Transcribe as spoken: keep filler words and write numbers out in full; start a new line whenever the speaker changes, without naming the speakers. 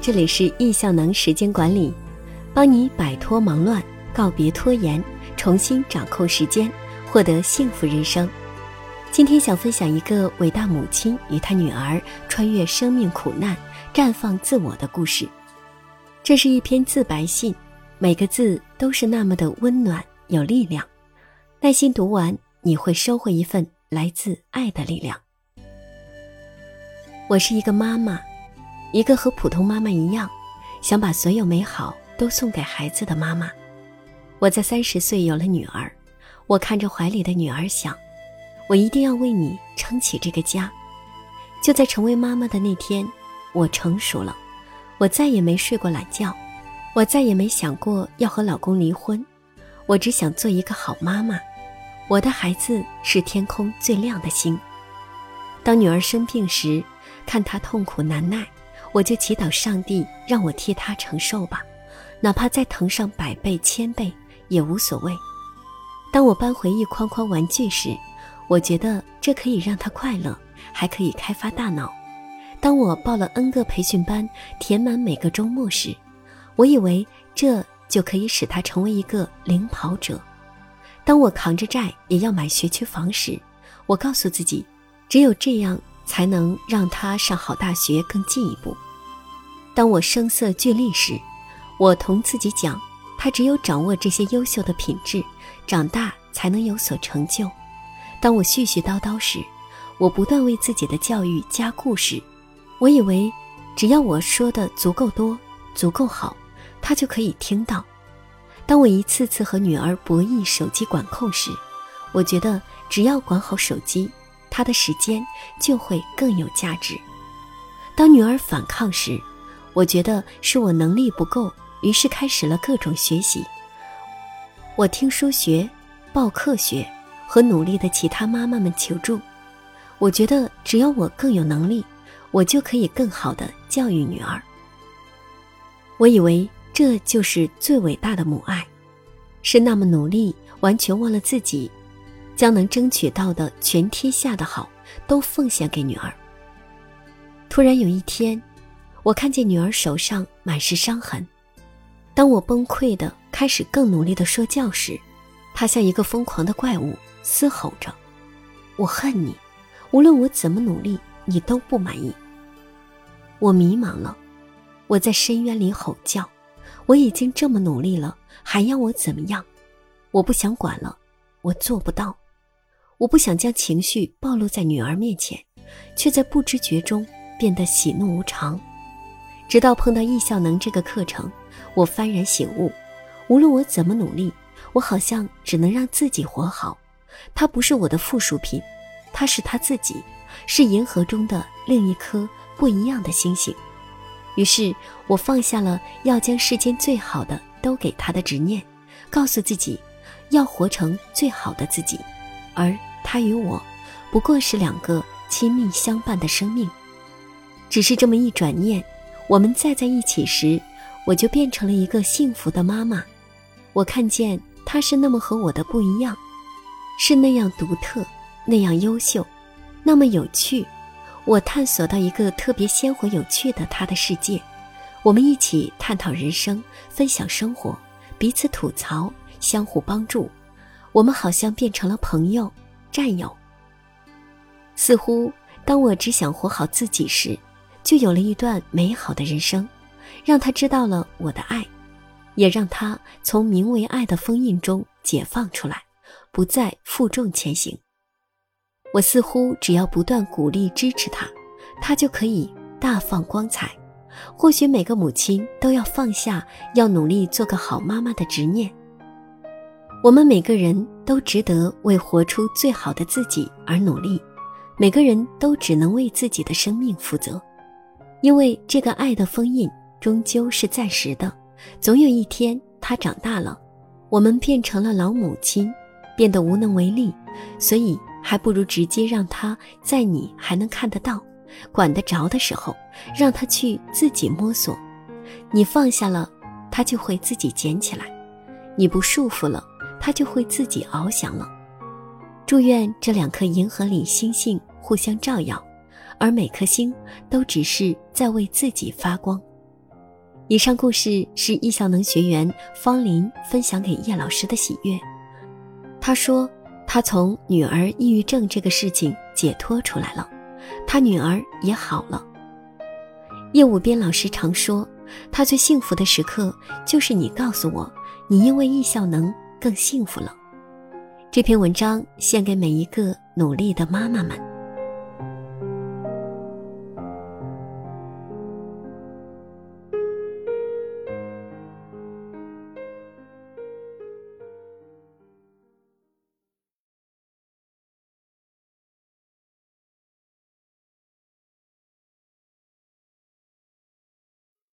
这里是易效能时间管理，帮你摆脱忙乱，告别拖延，重新掌控时间，获得幸福人生。今天想分享一个伟大母亲与她女儿穿越生命苦难，绽放自我的故事。这是一篇自白信，每个字都是那么的温暖有力量。耐心读完，你会收获一份来自爱的力量。我是一个妈妈，一个和普通妈妈一样，想把所有美好都送给孩子的妈妈。我在三十岁有了女儿，我看着怀里的女儿想，我一定要为你撑起这个家。就在成为妈妈的那天，我成熟了，我再也没睡过懒觉，我再也没想过要和老公离婚，我只想做一个好妈妈。我的孩子是天空最亮的星。当女儿生病时，看她痛苦难耐，我就祈祷上帝让我替她承受吧，哪怕再疼上百倍千倍也无所谓。当我搬回一筐筐玩具时，我觉得这可以让她快乐，还可以开发大脑。当我报了 N 个培训班，填满每个周末时，我以为这就可以使她成为一个领跑者。当我扛着债也要买学区房时，我告诉自己，只有这样才能让她上好大学更进一步。当我声色俱厉时，我同自己讲，她只有掌握这些优秀的品质，长大才能有所成就。当我絮絮叨叨时，我不断为自己的教育加故事。我以为只要我说的足够多，足够好，她就可以听到。当我一次次和女儿博弈手机管控时，我觉得只要管好手机，她的时间就会更有价值。当女儿反抗时，我觉得是我能力不够，于是开始了各种学习。我听书学，报课学，和努力的其他妈妈们求助。我觉得只要我更有能力，我就可以更好地教育女儿。我以为这就是最伟大的母爱，是那么努力，完全忘了自己，将能争取到的全天下的好都奉献给女儿。突然有一天，我看见女儿手上满是伤痕。当我崩溃地开始更努力地说教时，她像一个疯狂的怪物嘶吼着，我恨你，无论我怎么努力，你都不满意。我迷茫了，我在深渊里吼叫，我已经这么努力了，还要我怎么样？我不想管了，我做不到。我不想将情绪暴露在女儿面前，却在不知觉中变得喜怒无常。直到碰到易效能这个课程，我幡然醒悟，无论我怎么努力，我好像只能让自己活好。它不是我的附属品，它是他自己，是银河中的另一颗不一样的星星。于是我放下了要将世间最好的都给他的执念，告诉自己要活成最好的自己，而他与我不过是两个亲密相伴的生命。只是这么一转念，我们再在一起时，我就变成了一个幸福的妈妈。我看见她是那么和我的不一样，是那样独特，那样优秀，那么有趣。我探索到一个特别鲜活有趣的她的世界，我们一起探讨人生，分享生活，彼此吐槽，相互帮助。我们好像变成了朋友、战友。似乎当我只想活好自己时，就有了一段美好的人生，让她知道了我的爱，也让她从名为爱的封印中解放出来，不再负重前行。我似乎只要不断鼓励支持她，她就可以大放光彩。或许每个母亲都要放下要努力做个好妈妈的执念。我们每个人都值得为活出最好的自己而努力，每个人都只能为自己的生命负责。因为这个爱的封印终究是暂时的，总有一天她长大了，我们变成了老母亲，变得无能为力，所以还不如直接让她在你还能看得到、管得着的时候，让她去自己摸索。你放下了，她就会自己捡起来；你不束缚了，她就会自己翱翔了。祝愿这两颗银河里星星互相照耀，而每颗星都只是在为自己发光。 以上故事是易效能学员方林分享给叶老师的喜悦。他说，他从女儿抑郁症这个事情解脱出来了，他女儿也好了。叶武斌老师常说，他最幸福的时刻就是你告诉我，你因为易效能更幸福了。这篇文章献给每一个努力的妈妈们。